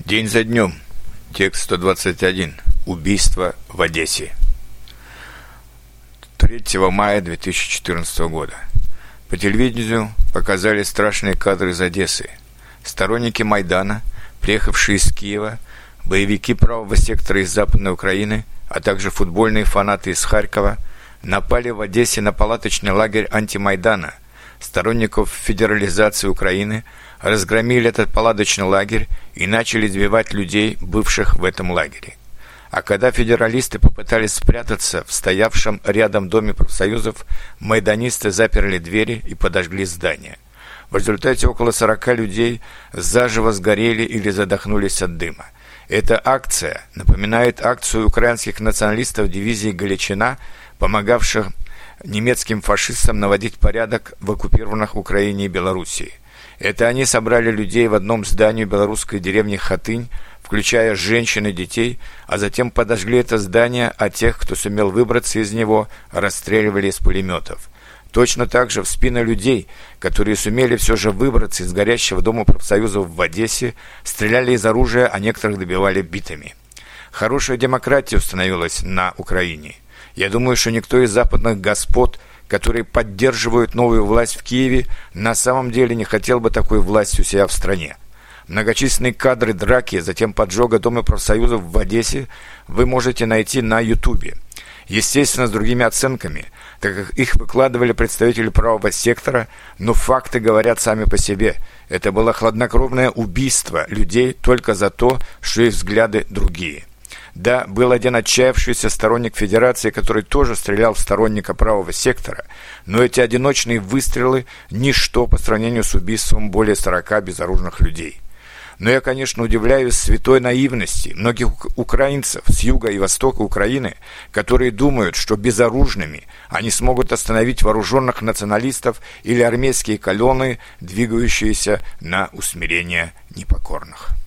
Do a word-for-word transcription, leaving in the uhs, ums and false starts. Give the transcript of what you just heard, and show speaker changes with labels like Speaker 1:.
Speaker 1: День за днем. Текст сто двадцать один. Убийство в Одессе. третьего мая две тысячи четырнадцатого года. По телевидению показали страшные кадры из Одессы. Сторонники Майдана, приехавшие из Киева, боевики правого сектора из Западной Украины, а также футбольные фанаты из Харькова, напали в Одессе на палаточный лагерь антимайдана, сторонников федерализации Украины, разгромили этот палаточный лагерь и начали избивать людей, бывших в этом лагере. А когда федералисты попытались спрятаться в стоявшем рядом доме профсоюзов, майданисты заперли двери и подожгли здание. В результате около сорока людей заживо сгорели или задохнулись от дыма. Эта акция напоминает акцию украинских националистов дивизии «Галичина», помогавших немецким фашистам наводить порядок в оккупированных Украине и Белоруссии. Это они собрали людей в одном здании белорусской деревни Хатынь, включая женщин и детей, а затем подожгли это здание, а тех, кто сумел выбраться из него, расстреливали из пулеметов. Точно так же в спины людей, которые сумели все же выбраться из горящего дома профсоюзов в Одессе, стреляли из оружия, а некоторых добивали битами. Хорошая демократия установилась на Украине. Я думаю, что никто из западных господ, которые поддерживают новую власть в Киеве, на самом деле не хотел бы такой власти у себя в стране. Многочисленные кадры драки, затем поджога дома профсоюзов в Одессе вы можете найти на Ютубе. Естественно, с другими оценками, так как их выкладывали представители правого сектора, но факты говорят сами по себе. Это было хладнокровное убийство людей только за то, что их взгляды другие. Да, был один отчаявшийся сторонник Федерации, который тоже стрелял в сторонника правого сектора, но эти одиночные выстрелы – ничто по сравнению с убийством более сорока безоружных людей. Но я, конечно, удивляюсь святой наивности многих украинцев с юга и востока Украины, которые думают, что безоружными они смогут остановить вооруженных националистов или армейские колонны, двигающиеся на усмирение непокорных.